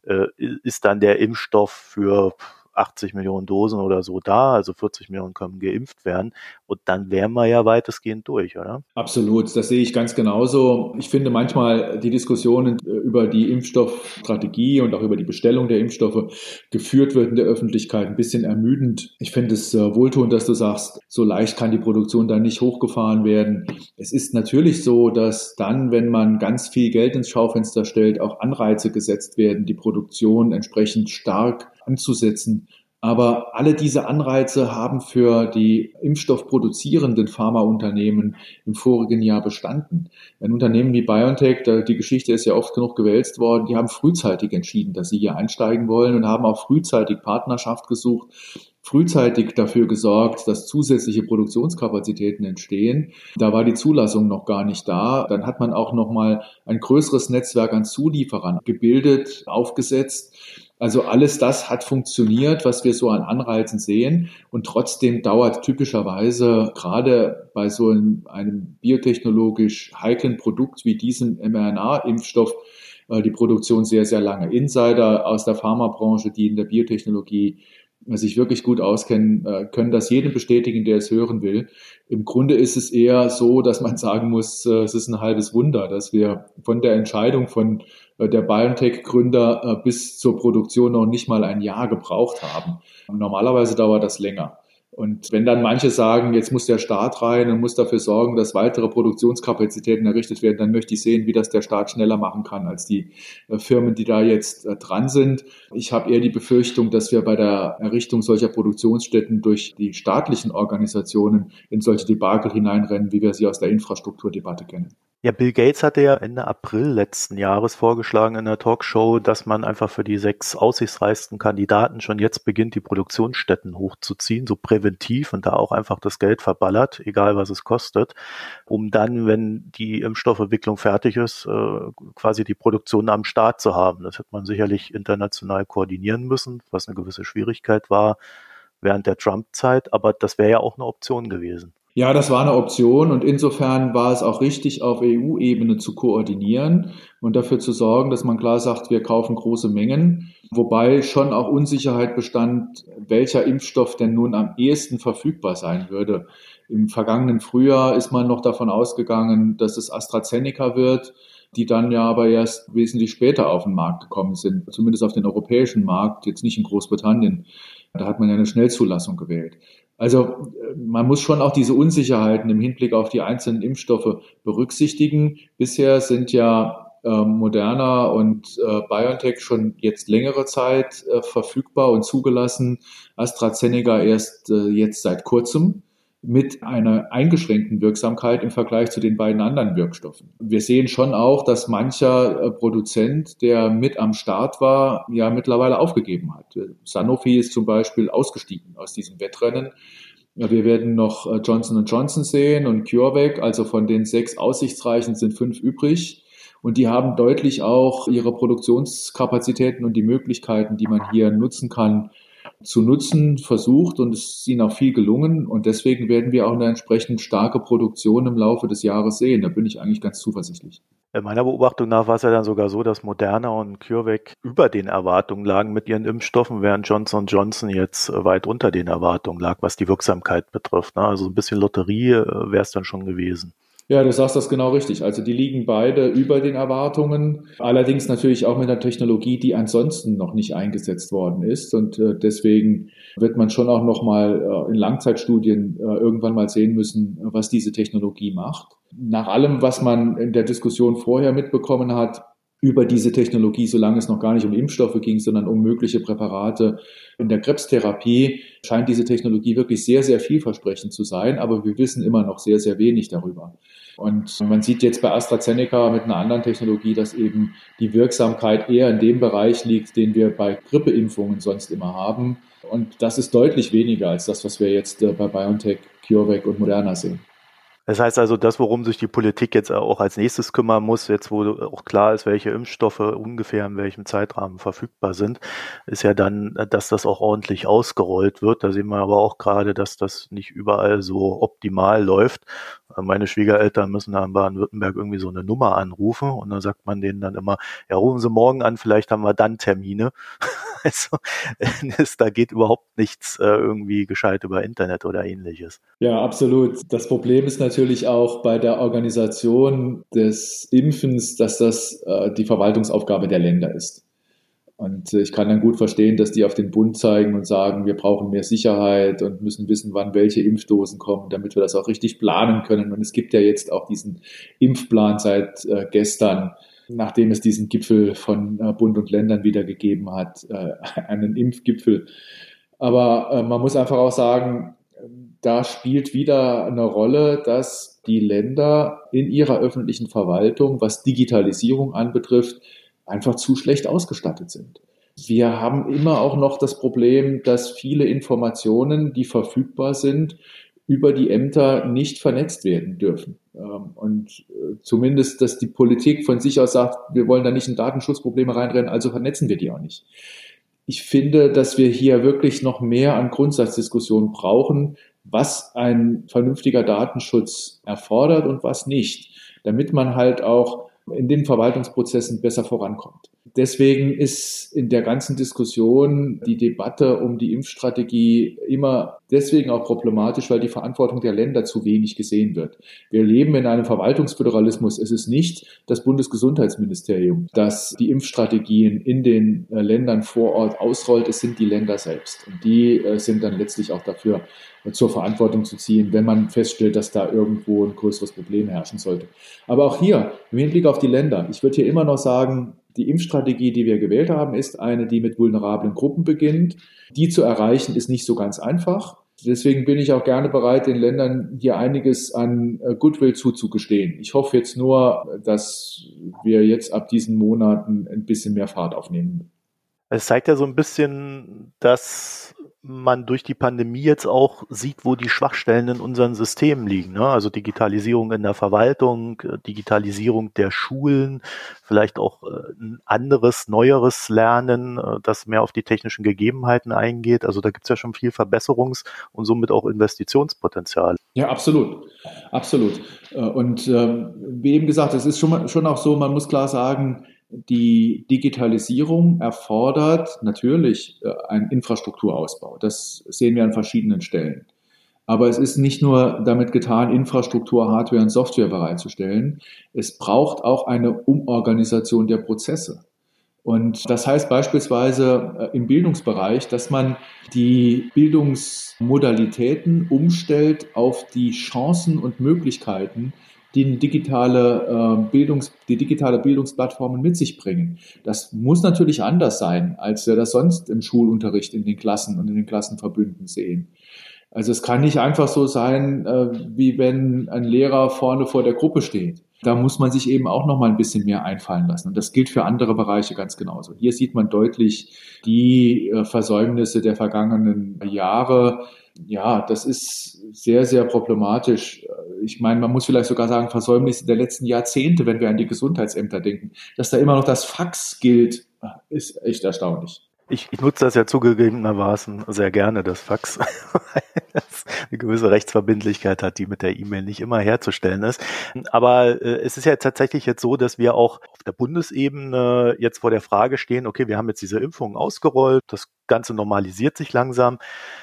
ist dann der Impfstoff für 80 Millionen Dosen oder so da, also 40 Millionen können geimpft werden und dann wären wir ja weitestgehend durch, oder? Absolut, das sehe ich ganz genauso. Ich finde manchmal die Diskussionen über die Impfstoffstrategie und auch über die Bestellung der Impfstoffe geführt wird in der Öffentlichkeit ein bisschen ermüdend. Ich finde es wohltuend, dass du sagst, so leicht kann die Produktion dann nicht hochgefahren werden. Es ist natürlich so, dass dann, wenn man ganz viel Geld ins Schaufenster stellt, auch Anreize gesetzt werden, die Produktion entsprechend stark anzusetzen. Aber alle diese Anreize haben für die impfstoffproduzierenden Pharmaunternehmen im vorigen Jahr bestanden. Ein Unternehmen wie BioNTech, die Geschichte ist ja oft genug gewälzt worden, die haben frühzeitig entschieden, dass sie hier einsteigen wollen und haben auch frühzeitig Partnerschaft gesucht, frühzeitig dafür gesorgt, dass zusätzliche Produktionskapazitäten entstehen. Da war die Zulassung noch gar nicht da. Dann hat man auch noch mal ein größeres Netzwerk an Zulieferern gebildet, aufgesetzt. Also alles das hat funktioniert, was wir so an Anreizen sehen. Und trotzdem dauert typischerweise gerade bei so einem biotechnologisch heiklen Produkt wie diesem mRNA-Impfstoff die Produktion sehr, sehr lange. Insider aus der Pharmabranche, die in der Biotechnologie sich wirklich gut auskennen, können das jedem bestätigen, der es hören will. Im Grunde ist es eher so, dass man sagen muss, es ist ein halbes Wunder, dass wir von der Entscheidung von der BioNTech-Gründer bis zur Produktion noch nicht mal ein Jahr gebraucht haben. Normalerweise dauert das länger. Und wenn dann manche sagen, jetzt muss der Staat rein und muss dafür sorgen, dass weitere Produktionskapazitäten errichtet werden, dann möchte ich sehen, wie das der Staat schneller machen kann als die Firmen, die da jetzt dran sind. Ich habe eher die Befürchtung, dass wir bei der Errichtung solcher Produktionsstätten durch die staatlichen Organisationen in solche Debakel hineinrennen, wie wir sie aus der Infrastrukturdebatte kennen. Ja, Bill Gates hatte ja Ende April letzten Jahres vorgeschlagen in der Talkshow, dass man einfach für die 6 aussichtsreichsten Kandidaten schon jetzt beginnt, die Produktionsstätten hochzuziehen, so präventiv und da auch einfach das Geld verballert, egal was es kostet, um dann, wenn die Impfstoffentwicklung fertig ist, quasi die Produktion am Start zu haben. Das hätte man sicherlich international koordinieren müssen, was eine gewisse Schwierigkeit war während der Trump-Zeit, aber das wäre ja auch eine Option gewesen. Ja, das war eine Option und insofern war es auch richtig, auf EU-Ebene zu koordinieren und dafür zu sorgen, dass man klar sagt, wir kaufen große Mengen, wobei schon auch Unsicherheit bestand, welcher Impfstoff denn nun am ehesten verfügbar sein würde. Im vergangenen Frühjahr ist man noch davon ausgegangen, dass es AstraZeneca wird, die dann ja aber erst wesentlich später auf den Markt gekommen sind, zumindest auf den europäischen Markt, jetzt nicht in Großbritannien. Da hat man ja eine Schnellzulassung gewählt. Also man muss schon auch diese Unsicherheiten im Hinblick auf die einzelnen Impfstoffe berücksichtigen. Bisher sind ja Moderna und BioNTech schon jetzt längere Zeit verfügbar und zugelassen. AstraZeneca erst jetzt seit kurzem. mit einer eingeschränkten Wirksamkeit im Vergleich zu den beiden anderen Wirkstoffen. Wir sehen schon auch, dass mancher Produzent, der mit am Start war, ja mittlerweile aufgegeben hat. Sanofi ist zum Beispiel ausgestiegen aus diesem Wettrennen. Wir werden noch Johnson & Johnson sehen und CureVac, also von den 6 aussichtsreichen sind 5 übrig. Und die haben deutlich auch ihre Produktionskapazitäten und die Möglichkeiten, die man hier nutzen kann, zu nutzen versucht, und es ist ihnen auch viel gelungen. Und deswegen werden wir auch eine entsprechend starke Produktion im Laufe des Jahres sehen. Da bin ich eigentlich ganz zuversichtlich. In meiner Beobachtung nach war es ja dann sogar so, dass Moderna und CureVac über den Erwartungen lagen mit ihren Impfstoffen, während Johnson & Johnson jetzt weit unter den Erwartungen lag, was die Wirksamkeit betrifft. Also ein bisschen Lotterie wäre es dann schon gewesen. Ja, du sagst das genau richtig. Also die liegen beide über den Erwartungen, allerdings natürlich auch mit einer Technologie, die ansonsten noch nicht eingesetzt worden ist. Und deswegen wird man schon auch noch mal in Langzeitstudien irgendwann mal sehen müssen, was diese Technologie macht. Nach allem, was man in der Diskussion vorher mitbekommen hat, über diese Technologie, solange es noch gar nicht um Impfstoffe ging, sondern um mögliche Präparate in der Krebstherapie, scheint diese Technologie wirklich sehr, sehr vielversprechend zu sein. Aber wir wissen immer noch sehr, sehr wenig darüber. Und man sieht jetzt bei AstraZeneca mit einer anderen Technologie, dass eben die Wirksamkeit eher in dem Bereich liegt, den wir bei Grippeimpfungen sonst immer haben. Und das ist deutlich weniger als das, was wir jetzt bei BioNTech, CureVac und Moderna sehen. Das heißt also, das, worum sich die Politik jetzt auch als nächstes kümmern muss, jetzt wo auch klar ist, welche Impfstoffe ungefähr in welchem Zeitrahmen verfügbar sind, ist ja dann, dass das auch ordentlich ausgerollt wird. Da sehen wir aber auch gerade, dass das nicht überall so optimal läuft. Meine Schwiegereltern müssen da in Baden-Württemberg irgendwie so eine Nummer anrufen und dann sagt man denen dann immer, ja, rufen Sie morgen an, vielleicht haben wir dann Termine. Also da geht überhaupt nichts irgendwie gescheit über Internet oder ähnliches. Ja, absolut. Das Problem ist natürlich auch bei der Organisation des Impfens, dass das die Verwaltungsaufgabe der Länder ist. Und ich kann dann gut verstehen, dass die auf den Bund zeigen und sagen, wir brauchen mehr Sicherheit und müssen wissen, wann welche Impfdosen kommen, damit wir das auch richtig planen können. Und es gibt ja jetzt auch diesen Impfplan seit gestern, nachdem es diesen Gipfel von Bund und Ländern wieder gegeben hat, einen Impfgipfel. Aber man muss einfach auch sagen, da spielt wieder eine Rolle, dass die Länder in ihrer öffentlichen Verwaltung, was Digitalisierung anbetrifft, einfach zu schlecht ausgestattet sind. Wir haben immer auch noch das Problem, dass viele Informationen, die verfügbar sind, über die Ämter nicht vernetzt werden dürfen. Und zumindest, dass die Politik von sich aus sagt, wir wollen da nicht in Datenschutzprobleme reinrennen, also vernetzen wir die auch nicht. Ich finde, dass wir hier wirklich noch mehr an Grundsatzdiskussionen brauchen, was ein vernünftiger Datenschutz erfordert und was nicht, damit man halt auch in den Verwaltungsprozessen besser vorankommt. Deswegen ist in der ganzen Diskussion die Debatte um die Impfstrategie immer deswegen auch problematisch, weil die Verantwortung der Länder zu wenig gesehen wird. Wir leben in einem Verwaltungsföderalismus. Es ist nicht das Bundesgesundheitsministerium, das die Impfstrategien in den Ländern vor Ort ausrollt. Es sind die Länder selbst. Und die sind dann letztlich auch dafür zur Verantwortung zu ziehen, wenn man feststellt, dass da irgendwo ein größeres Problem herrschen sollte. Aber auch hier, im Hinblick auf die Länder, ich würde hier immer noch sagen, die Impfstrategie, die wir gewählt haben, ist eine, die mit vulnerablen Gruppen beginnt. Die zu erreichen, ist nicht so ganz einfach. Deswegen bin ich auch gerne bereit, den Ländern hier einiges an Goodwill zuzugestehen. Ich hoffe jetzt nur, dass wir jetzt ab diesen Monaten ein bisschen mehr Fahrt aufnehmen. Es zeigt ja so ein bisschen, dass man durch die Pandemie jetzt auch sieht, wo die Schwachstellen in unseren Systemen liegen. Ne? Also Digitalisierung in der Verwaltung, Digitalisierung der Schulen, vielleicht auch ein anderes, neueres Lernen, das mehr auf die technischen Gegebenheiten eingeht. Also da gibt es ja schon viel Verbesserungs- und somit auch Investitionspotenzial. Ja, absolut. Absolut. Und wie eben gesagt, es ist schon auch so, man muss klar sagen, die Digitalisierung erfordert natürlich einen Infrastrukturausbau. Das sehen wir an verschiedenen Stellen. Aber es ist nicht nur damit getan, Infrastruktur, Hardware und Software bereitzustellen. Es braucht auch eine Umorganisation der Prozesse. Und das heißt beispielsweise im Bildungsbereich, dass man die Bildungsmodalitäten umstellt auf die Chancen und Möglichkeiten, die digitale Bildungsplattformen mit sich bringen. Das muss natürlich anders sein, als wir das sonst im Schulunterricht in den Klassen und in den Klassenverbünden sehen. Also es kann nicht einfach so sein, wie wenn ein Lehrer vorne vor der Gruppe steht. Da muss man sich eben auch noch mal ein bisschen mehr einfallen lassen. Und das gilt für andere Bereiche ganz genauso. Hier sieht man deutlich die Versäumnisse der vergangenen Jahre. Ja, das ist sehr, sehr problematisch. Ich meine, man muss vielleicht sogar sagen, Versäumnisse der letzten Jahrzehnte, wenn wir an die Gesundheitsämter denken. Dass da immer noch das Fax gilt, ist echt erstaunlich. Ich nutze das ja zugegebenermaßen sehr gerne, das Fax, weil das eine gewisse Rechtsverbindlichkeit hat, die mit der E-Mail nicht immer herzustellen ist. Aber es ist ja tatsächlich jetzt so, dass wir auch auf der Bundesebene jetzt vor der Frage stehen, okay, wir haben jetzt diese Impfungen ausgerollt, das Ganze normalisiert sich langsam.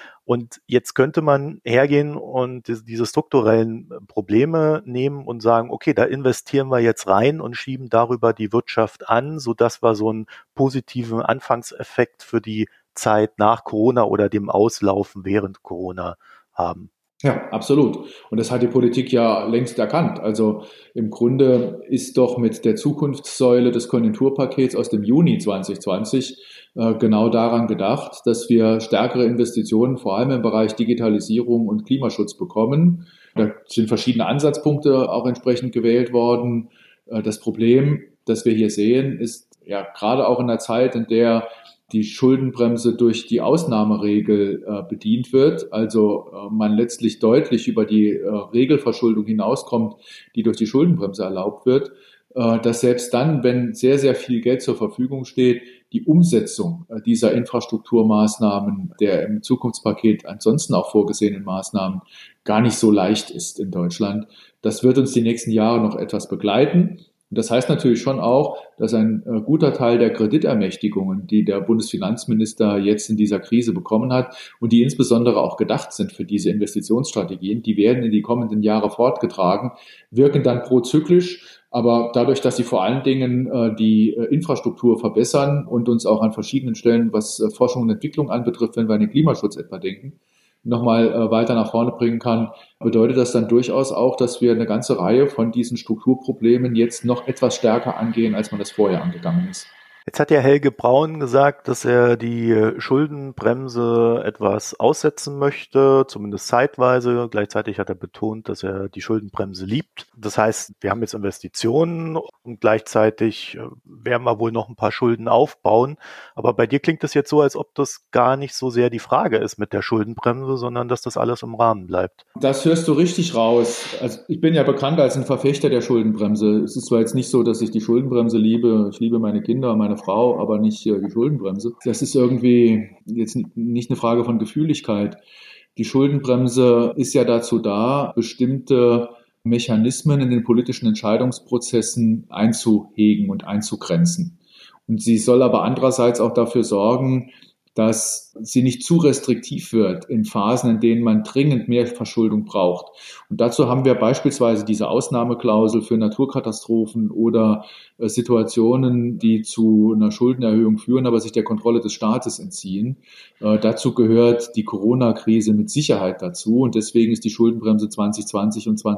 Und jetzt könnte man hergehen und diese strukturellen Probleme nehmen und sagen, okay, da investieren wir jetzt rein und schieben darüber die Wirtschaft an, sodass wir so einen positiven Anfangseffekt für die Zeit nach Corona oder dem Auslaufen während Corona haben. Ja, absolut. Und das hat die Politik ja längst erkannt. Also im Grunde ist doch mit der Zukunftssäule des Konjunkturpakets aus dem Juni 2020 genau daran gedacht, dass wir stärkere Investitionen vor allem im Bereich Digitalisierung und Klimaschutz bekommen. Da sind verschiedene Ansatzpunkte auch entsprechend gewählt worden. Das Problem, das wir hier sehen, ist ja gerade auch in der Zeit, in der die Schuldenbremse durch die Ausnahmeregel bedient wird, also man letztlich deutlich über die Regelverschuldung hinauskommt, die durch die Schuldenbremse erlaubt wird, dass selbst dann, wenn sehr, sehr viel Geld zur Verfügung steht, die Umsetzung dieser Infrastrukturmaßnahmen, der im Zukunftspaket ansonsten auch vorgesehenen Maßnahmen, gar nicht so leicht ist in Deutschland. Das wird uns die nächsten Jahre noch etwas begleiten. Und das heißt natürlich schon auch, dass ein guter Teil der Kreditermächtigungen, die der Bundesfinanzminister jetzt in dieser Krise bekommen hat und die insbesondere auch gedacht sind für diese Investitionsstrategien, die werden in die kommenden Jahre fortgetragen, wirken dann prozyklisch, aber dadurch, dass sie vor allen Dingen die Infrastruktur verbessern und uns auch an verschiedenen Stellen, was Forschung und Entwicklung anbetrifft, wenn wir an den Klimaschutz etwa denken, nochmal weiter nach vorne bringen kann, bedeutet das dann durchaus auch, dass wir eine ganze Reihe von diesen Strukturproblemen jetzt noch etwas stärker angehen, als man das vorher angegangen ist. Jetzt hat ja Helge Braun gesagt, dass er die Schuldenbremse etwas aussetzen möchte, zumindest zeitweise. Gleichzeitig hat er betont, dass er die Schuldenbremse liebt. Das heißt, wir haben jetzt Investitionen und gleichzeitig werden wir wohl noch ein paar Schulden aufbauen. Aber bei dir klingt es jetzt so, als ob das gar nicht so sehr die Frage ist mit der Schuldenbremse, sondern dass das alles im Rahmen bleibt. Das hörst du richtig raus. Also ich bin ja bekannt als ein Verfechter der Schuldenbremse. Es ist zwar jetzt nicht so, dass ich die Schuldenbremse liebe. Ich liebe meine Kinder, meine Frau, aber nicht die Schuldenbremse. Das ist irgendwie jetzt nicht eine Frage von Gefühligkeit. Die Schuldenbremse ist ja dazu da, bestimmte Mechanismen in den politischen Entscheidungsprozessen einzuhegen und einzugrenzen. Und sie soll aber andererseits auch dafür sorgen, dass sie nicht zu restriktiv wird in Phasen, in denen man dringend mehr Verschuldung braucht. Und dazu haben wir beispielsweise diese Ausnahmeklausel für Naturkatastrophen oder Situationen, die zu einer Schuldenerhöhung führen, aber sich der Kontrolle des Staates entziehen. Dazu gehört die Corona-Krise mit Sicherheit dazu. Und deswegen ist die Schuldenbremse 2020 und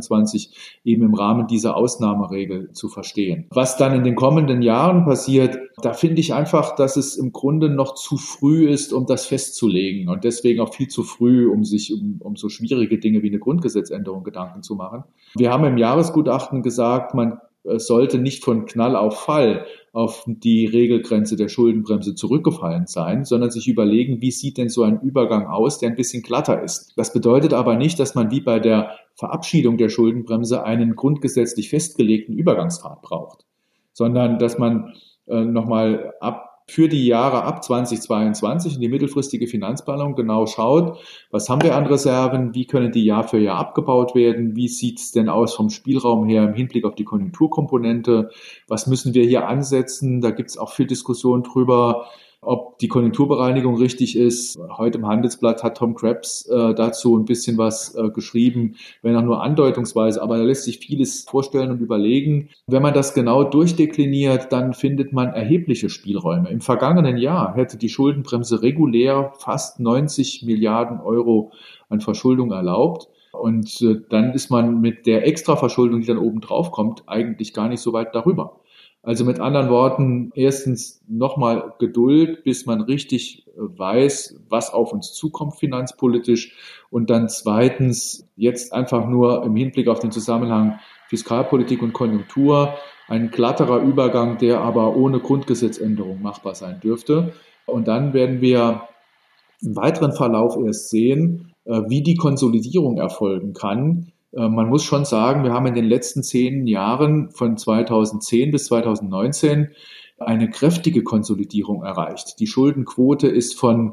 2021 eben im Rahmen dieser Ausnahmeregel zu verstehen. Was dann in den kommenden Jahren passiert, da finde ich einfach, dass es im Grunde noch zu früh ist, um das festzulegen und deswegen auch viel zu früh, um sich um so schwierige Dinge wie eine Grundgesetzänderung Gedanken zu machen. Wir haben im Jahresgutachten gesagt, man sollte nicht von Knall auf Fall auf die Regelgrenze der Schuldenbremse zurückgefallen sein, sondern sich überlegen, wie sieht denn so ein Übergang aus, der ein bisschen glatter ist. Das bedeutet aber nicht, dass man wie bei der Verabschiedung der Schuldenbremse einen grundgesetzlich festgelegten Übergangspfad braucht, sondern dass man nochmal für die Jahre ab 2022 in die mittelfristige Finanzplanung genau schaut, was haben wir an Reserven, wie können die Jahr für Jahr abgebaut werden, wie sieht es denn aus vom Spielraum her im Hinblick auf die Konjunkturkomponente, was müssen wir hier ansetzen, da gibt es auch viel Diskussion drüber, ob die Konjunkturbereinigung richtig ist. Heute im Handelsblatt hat Tom Krebs dazu ein bisschen was geschrieben, wenn auch nur andeutungsweise, aber da lässt sich vieles vorstellen und überlegen. Wenn man das genau durchdekliniert, dann findet man erhebliche Spielräume. Im vergangenen Jahr hätte die Schuldenbremse regulär fast 90 Milliarden Euro an Verschuldung erlaubt. Und dann ist man mit der Extraverschuldung, die dann oben drauf kommt, eigentlich gar nicht so weit darüber. Also mit anderen Worten, erstens nochmal Geduld, bis man richtig weiß, was auf uns zukommt finanzpolitisch. Und dann zweitens jetzt einfach nur im Hinblick auf den Zusammenhang Fiskalpolitik und Konjunktur ein glatterer Übergang, der aber ohne Grundgesetzänderung machbar sein dürfte. Und dann werden wir im weiteren Verlauf erst sehen, wie die Konsolidierung erfolgen kann. Man muss schon sagen, wir haben in den letzten 10 Jahren von 2010 bis 2019 eine kräftige Konsolidierung erreicht. Die Schuldenquote ist von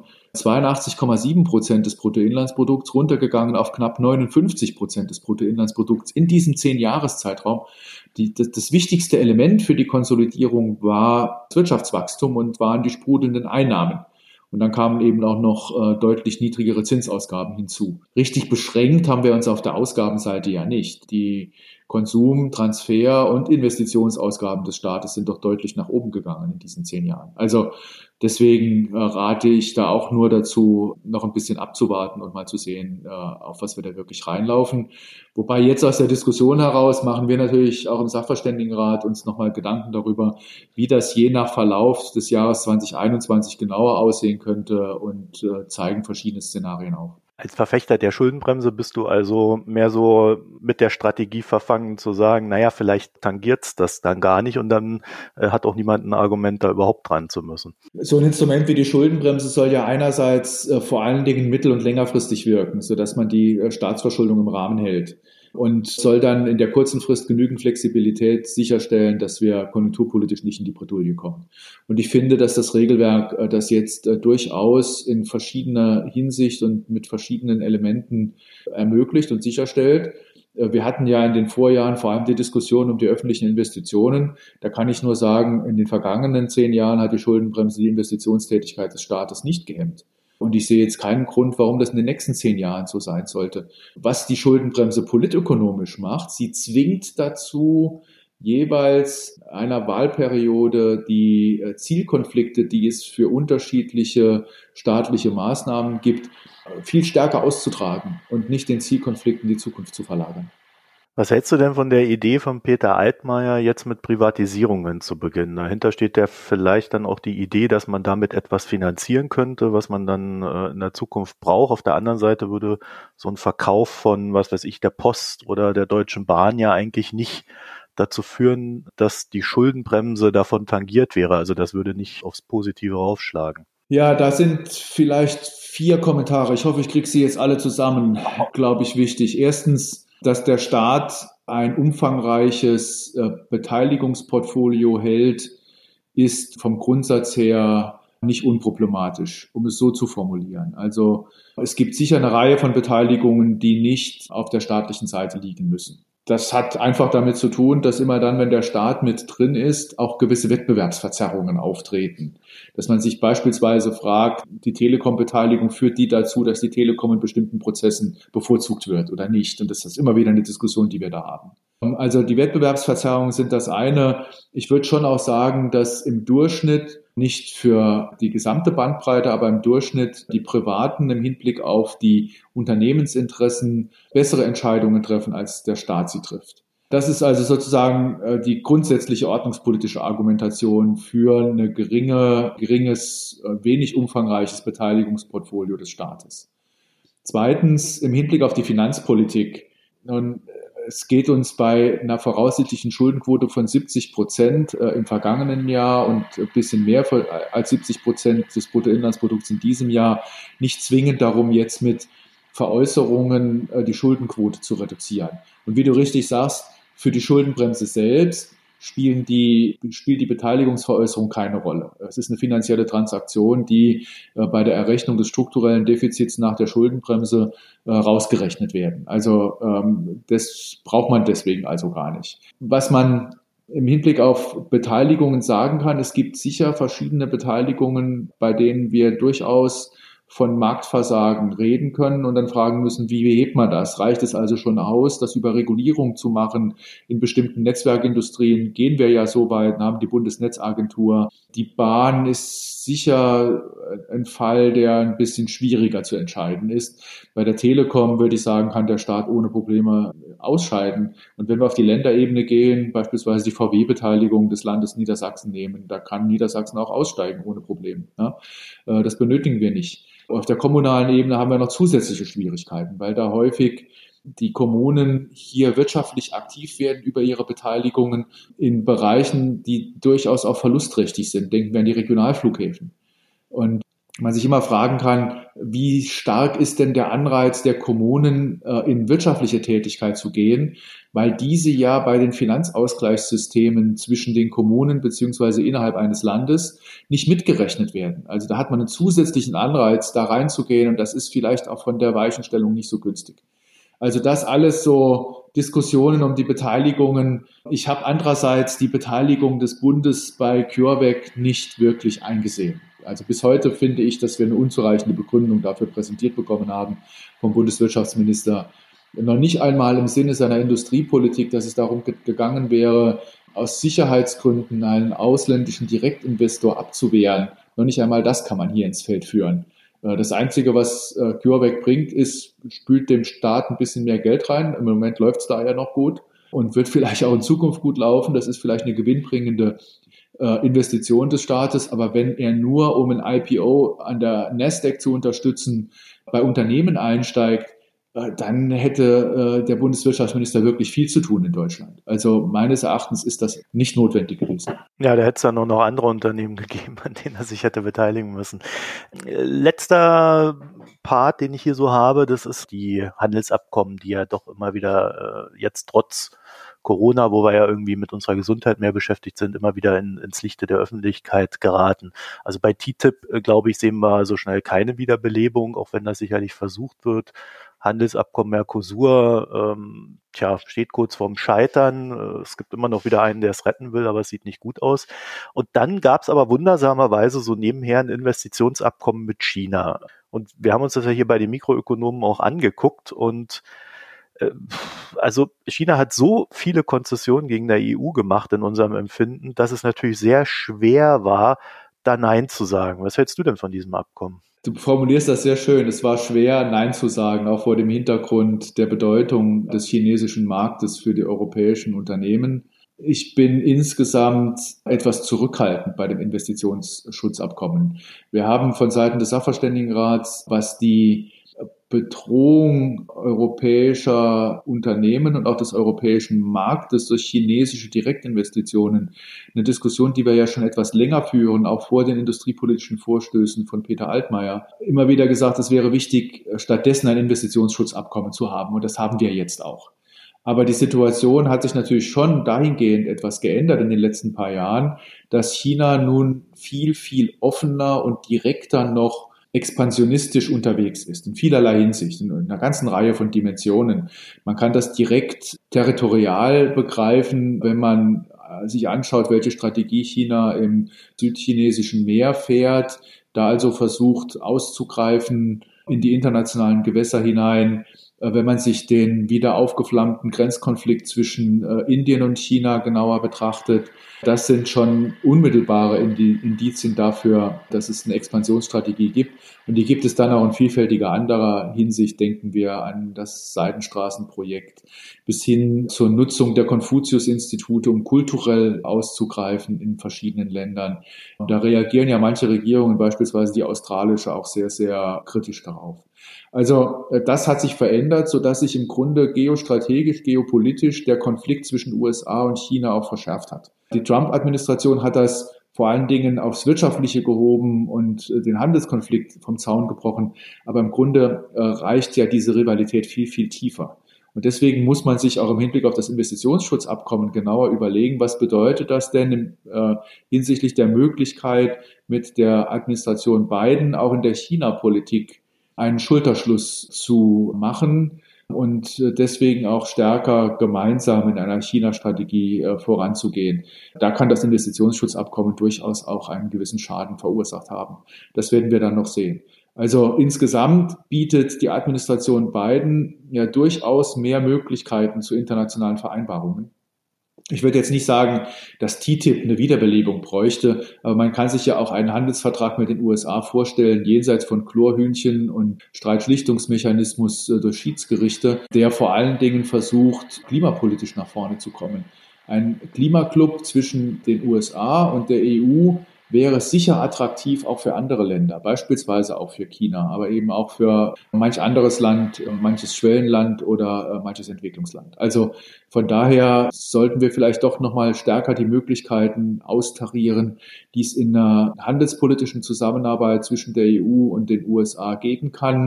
82,7% des Bruttoinlandsprodukts runtergegangen auf knapp 59% des Bruttoinlandsprodukts in diesem 10-Jahres-Zeitraum. Das wichtigste Element für die Konsolidierung war das Wirtschaftswachstum und waren die sprudelnden Einnahmen. Und dann kamen eben auch noch deutlich niedrigere Zinsausgaben hinzu. Richtig beschränkt haben wir uns auf der Ausgabenseite ja nicht. Die Konsum-, Transfer- und Investitionsausgaben des Staates sind doch deutlich nach oben gegangen in diesen 10 Jahren. Also deswegen rate ich da auch nur dazu, noch ein bisschen abzuwarten und mal zu sehen, auf was wir da wirklich reinlaufen. Wobei jetzt aus der Diskussion heraus machen wir natürlich auch im Sachverständigenrat uns nochmal Gedanken darüber, wie das je nach Verlauf des Jahres 2021 genauer aussehen könnte und zeigen verschiedene Szenarien auf. Als Verfechter der Schuldenbremse bist du also mehr so mit der Strategie verfangen zu sagen, naja, vielleicht tangiert's das dann gar nicht und dann hat auch niemand ein Argument, da überhaupt dran zu müssen. So ein Instrument wie die Schuldenbremse soll ja einerseits vor allen Dingen mittel- und längerfristig wirken, sodass man die Staatsverschuldung im Rahmen hält. Und soll dann in der kurzen Frist genügend Flexibilität sicherstellen, dass wir konjunkturpolitisch nicht in die Bredouille kommen. Und ich finde, dass das Regelwerk das jetzt durchaus in verschiedener Hinsicht und mit verschiedenen Elementen ermöglicht und sicherstellt. Wir hatten ja in den Vorjahren vor allem die Diskussion um die öffentlichen Investitionen. Da kann ich nur sagen, in den vergangenen 10 Jahren hat die Schuldenbremse die Investitionstätigkeit des Staates nicht gehemmt. Und ich sehe jetzt keinen Grund, warum das in den nächsten 10 Jahren so sein sollte. Was die Schuldenbremse politökonomisch macht, sie zwingt dazu, jeweils einer Wahlperiode die Zielkonflikte, die es für unterschiedliche staatliche Maßnahmen gibt, viel stärker auszutragen und nicht den Zielkonflikten die Zukunft zu verlagern. Was hältst du denn von der Idee von Peter Altmaier, jetzt mit Privatisierungen zu beginnen? Dahinter steht ja vielleicht dann auch die Idee, dass man damit etwas finanzieren könnte, was man dann in der Zukunft braucht. Auf der anderen Seite würde so ein Verkauf von, was weiß ich, der Post oder der Deutschen Bahn ja eigentlich nicht dazu führen, dass die Schuldenbremse davon tangiert wäre. Also das würde nicht aufs Positive aufschlagen. Ja, da sind vielleicht 4 Kommentare. Ich hoffe, ich kriege sie jetzt alle zusammen, glaube ich, wichtig. Erstens, dass der Staat ein umfangreiches Beteiligungsportfolio hält, ist vom Grundsatz her nicht unproblematisch, um es so zu formulieren. Also es gibt sicher eine Reihe von Beteiligungen, die nicht auf der staatlichen Seite liegen müssen. Das hat einfach damit zu tun, dass immer dann, wenn der Staat mit drin ist, auch gewisse Wettbewerbsverzerrungen auftreten. Dass man sich beispielsweise fragt, die Telekom-Beteiligung führt die dazu, dass die Telekom in bestimmten Prozessen bevorzugt wird oder nicht. Und das ist immer wieder eine Diskussion, die wir da haben. Also die Wettbewerbsverzerrungen sind das eine. Ich würde schon auch sagen, dass im Durchschnitt, nicht für die gesamte Bandbreite, aber im Durchschnitt die Privaten im Hinblick auf die Unternehmensinteressen bessere Entscheidungen treffen, als der Staat sie trifft. Das ist also sozusagen die grundsätzliche ordnungspolitische Argumentation für ein geringes, wenig umfangreiches Beteiligungsportfolio des Staates. Zweitens, im Hinblick auf die Finanzpolitik. Nun, es geht uns bei einer voraussichtlichen Schuldenquote von 70% im vergangenen Jahr und ein bisschen mehr als 70% des Bruttoinlandsprodukts in diesem Jahr nicht zwingend darum, jetzt mit Veräußerungen die Schuldenquote zu reduzieren. Und wie du richtig sagst, für die Schuldenbremse selbst spielt die Beteiligungsveräußerung keine Rolle. Es ist eine finanzielle Transaktion, die bei der Errechnung des strukturellen Defizits nach der Schuldenbremse rausgerechnet werden. Also das braucht man deswegen also gar nicht. Was man im Hinblick auf Beteiligungen sagen kann, es gibt sicher verschiedene Beteiligungen, bei denen wir durchaus von Marktversagen reden können und dann fragen müssen, wie behebt man das? Reicht es also schon aus, das über Regulierung zu machen? In bestimmten Netzwerkindustrien gehen wir ja so weit, haben die Bundesnetzagentur. Die Bahn ist sicher ein Fall, der ein bisschen schwieriger zu entscheiden ist. Bei der Telekom würde ich sagen, kann der Staat ohne Probleme ausscheiden. Und wenn wir auf die Länderebene gehen, beispielsweise die VW-Beteiligung des Landes Niedersachsen nehmen, da kann Niedersachsen auch aussteigen ohne Probleme. Ja? Das benötigen wir nicht. Auf der kommunalen Ebene haben wir noch zusätzliche Schwierigkeiten, weil da häufig die Kommunen hier wirtschaftlich aktiv werden über ihre Beteiligungen in Bereichen, die durchaus auch verlustträchtig sind. Denken wir an die Regionalflughäfen. Und man sich immer fragen kann, wie stark ist denn der Anreiz der Kommunen, in wirtschaftliche Tätigkeit zu gehen, weil diese ja bei den Finanzausgleichssystemen zwischen den Kommunen beziehungsweise innerhalb eines Landes nicht mitgerechnet werden. Also da hat man einen zusätzlichen Anreiz, da reinzugehen und das ist vielleicht auch von der Weichenstellung nicht so günstig. Also das alles so Diskussionen um die Beteiligungen. Ich habe andererseits die Beteiligung des Bundes bei CureVac nicht wirklich eingesehen. Also bis heute finde ich, dass wir eine unzureichende Begründung dafür präsentiert bekommen haben vom Bundeswirtschaftsminister. Noch nicht einmal im Sinne seiner Industriepolitik, dass es darum gegangen wäre, aus Sicherheitsgründen einen ausländischen Direktinvestor abzuwehren. Noch nicht einmal das kann man hier ins Feld führen. Das Einzige, was CureVac bringt, ist, spült dem Staat ein bisschen mehr Geld rein. Im Moment läuft es da ja noch gut und wird vielleicht auch in Zukunft gut laufen. Das ist vielleicht eine gewinnbringende Investition des Staates. Aber wenn er nur, um ein IPO an der Nasdaq zu unterstützen, bei Unternehmen einsteigt, dann hätte der Bundeswirtschaftsminister wirklich viel zu tun in Deutschland. Also meines Erachtens ist das nicht notwendig gewesen. Ja, da hätte es dann noch andere Unternehmen gegeben, an denen er sich hätte beteiligen müssen. Letzter Part, den ich hier so habe, das ist die Handelsabkommen, die ja doch immer wieder jetzt trotz Corona, wo wir ja irgendwie mit unserer Gesundheit mehr beschäftigt sind, immer wieder ins Lichte der Öffentlichkeit geraten. Also bei TTIP, glaube ich, sehen wir so schnell keine Wiederbelebung, auch wenn das sicherlich versucht wird. Handelsabkommen Mercosur, steht kurz vorm Scheitern. Es gibt immer noch wieder einen, der es retten will, aber es sieht nicht gut aus. Und dann gab es aber wundersamerweise so nebenher ein Investitionsabkommen mit China. Und wir haben uns das ja hier bei den Mikroökonomen auch angeguckt und also China hat so viele Konzessionen gegen der EU gemacht in unserem Empfinden, dass es natürlich sehr schwer war, da Nein zu sagen. Was hältst du denn von diesem Abkommen? Du formulierst das sehr schön. Es war schwer, Nein zu sagen, auch vor dem Hintergrund der Bedeutung des chinesischen Marktes für die europäischen Unternehmen. Ich bin insgesamt etwas zurückhaltend bei dem Investitionsschutzabkommen. Wir haben von Seiten des Sachverständigenrats, was die Bedrohung europäischer Unternehmen und auch des europäischen Marktes durch chinesische Direktinvestitionen, eine Diskussion, die wir ja schon etwas länger führen, auch vor den industriepolitischen Vorstößen von Peter Altmaier, immer wieder gesagt, es wäre wichtig, stattdessen ein Investitionsschutzabkommen zu haben. Und das haben wir jetzt auch. Aber die Situation hat sich natürlich schon dahingehend etwas geändert in den letzten paar Jahren, dass China nun viel, viel offener und direkter noch expansionistisch unterwegs ist, in vielerlei Hinsicht, in einer ganzen Reihe von Dimensionen. Man kann das direkt territorial begreifen, wenn man sich anschaut, welche Strategie China im südchinesischen Meer fährt, da also versucht auszugreifen in die internationalen Gewässer hinein. Wenn man sich den wieder aufgeflammten Grenzkonflikt zwischen Indien und China genauer betrachtet, das sind schon unmittelbare Indizien dafür, dass es eine Expansionsstrategie gibt. Und die gibt es dann auch in vielfältiger anderer Hinsicht. Denken wir an das Seidenstraßenprojekt bis hin zur Nutzung der Konfuzius-Institute, um kulturell auszugreifen in verschiedenen Ländern. Und da reagieren ja manche Regierungen, beispielsweise die australische, auch sehr, sehr kritisch darauf. Also das hat sich verändert, sodass sich im Grunde geostrategisch, geopolitisch der Konflikt zwischen USA und China auch verschärft hat. Die Trump-Administration hat das vor allen Dingen aufs Wirtschaftliche gehoben und den Handelskonflikt vom Zaun gebrochen. Aber im Grunde reicht ja diese Rivalität viel, viel tiefer. Und deswegen muss man sich auch im Hinblick auf das Investitionsschutzabkommen genauer überlegen, was bedeutet das denn hinsichtlich der Möglichkeit, mit der Administration Biden auch in der China-Politik einen Schulterschluss zu machen und deswegen auch stärker gemeinsam in einer China-Strategie voranzugehen. Da kann das Investitionsschutzabkommen durchaus auch einen gewissen Schaden verursacht haben. Das werden wir dann noch sehen. Also insgesamt bietet die Administration Biden ja durchaus mehr Möglichkeiten zu internationalen Vereinbarungen. Ich würde jetzt nicht sagen, dass TTIP eine Wiederbelebung bräuchte, aber man kann sich ja auch einen Handelsvertrag mit den USA vorstellen, jenseits von Chlorhühnchen und Streitschlichtungsmechanismus durch Schiedsgerichte, der vor allen Dingen versucht, klimapolitisch nach vorne zu kommen. Ein Klimaclub zwischen den USA und der EU wäre sicher attraktiv auch für andere Länder, beispielsweise auch für China, aber eben auch für manch anderes Land, manches Schwellenland oder manches Entwicklungsland. Also von daher sollten wir vielleicht doch nochmal stärker die Möglichkeiten austarieren, die es in einer handelspolitischen Zusammenarbeit zwischen der EU und den USA geben kann,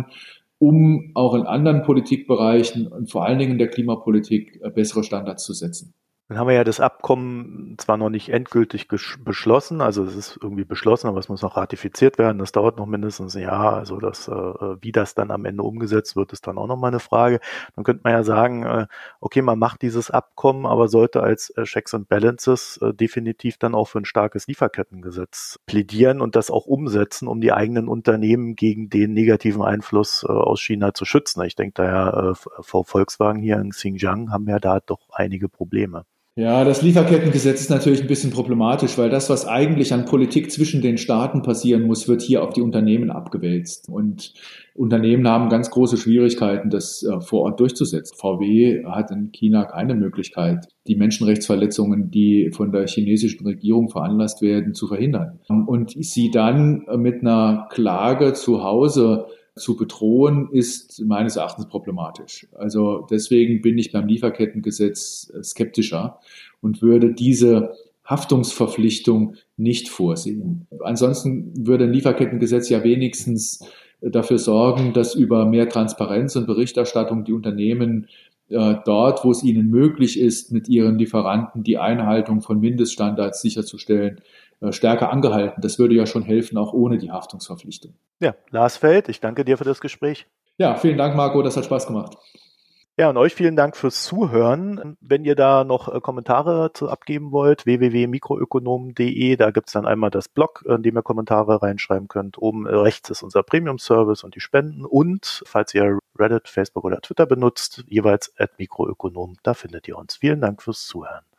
um auch in anderen Politikbereichen und vor allen Dingen in der Klimapolitik bessere Standards zu setzen. Dann haben wir ja das Abkommen zwar noch nicht endgültig beschlossen, also es ist irgendwie beschlossen, aber es muss noch ratifiziert werden. Das dauert noch mindestens ein Jahr. Also wie das dann am Ende umgesetzt wird, ist dann auch noch mal eine Frage. Dann könnte man ja sagen, okay, man macht dieses Abkommen, aber sollte als Checks and Balances definitiv dann auch für ein starkes Lieferkettengesetz plädieren und das auch umsetzen, um die eigenen Unternehmen gegen den negativen Einfluss aus China zu schützen. Ich denke daher, Volkswagen hier in Xinjiang haben ja da doch einige Probleme. Ja, das Lieferkettengesetz ist natürlich ein bisschen problematisch, weil das, was eigentlich an Politik zwischen den Staaten passieren muss, wird hier auf die Unternehmen abgewälzt. Und Unternehmen haben ganz große Schwierigkeiten, das vor Ort durchzusetzen. VW hat in China keine Möglichkeit, die Menschenrechtsverletzungen, die von der chinesischen Regierung veranlasst werden, zu verhindern. Und sie dann mit einer Klage zu Hause zu bedrohen, ist meines Erachtens problematisch. Also deswegen bin ich beim Lieferkettengesetz skeptischer und würde diese Haftungsverpflichtung nicht vorsehen. Ansonsten würde ein Lieferkettengesetz ja wenigstens dafür sorgen, dass über mehr Transparenz und Berichterstattung die Unternehmen dort, wo es ihnen möglich ist, mit ihren Lieferanten die Einhaltung von Mindeststandards sicherzustellen, stärker angehalten. Das würde ja schon helfen, auch ohne die Haftungsverpflichtung. Ja, Lars Feld, ich danke dir für das Gespräch. Ja, vielen Dank, Marco, das hat Spaß gemacht. Ja, und euch vielen Dank fürs Zuhören. Wenn ihr da noch Kommentare zu abgeben wollt, www.mikroökonomen.de, da gibt's dann einmal das Blog, in dem ihr Kommentare reinschreiben könnt. Oben rechts ist unser Premium-Service und die Spenden. Und falls ihr Reddit, Facebook oder Twitter benutzt, jeweils @mikroökonom, da findet ihr uns. Vielen Dank fürs Zuhören.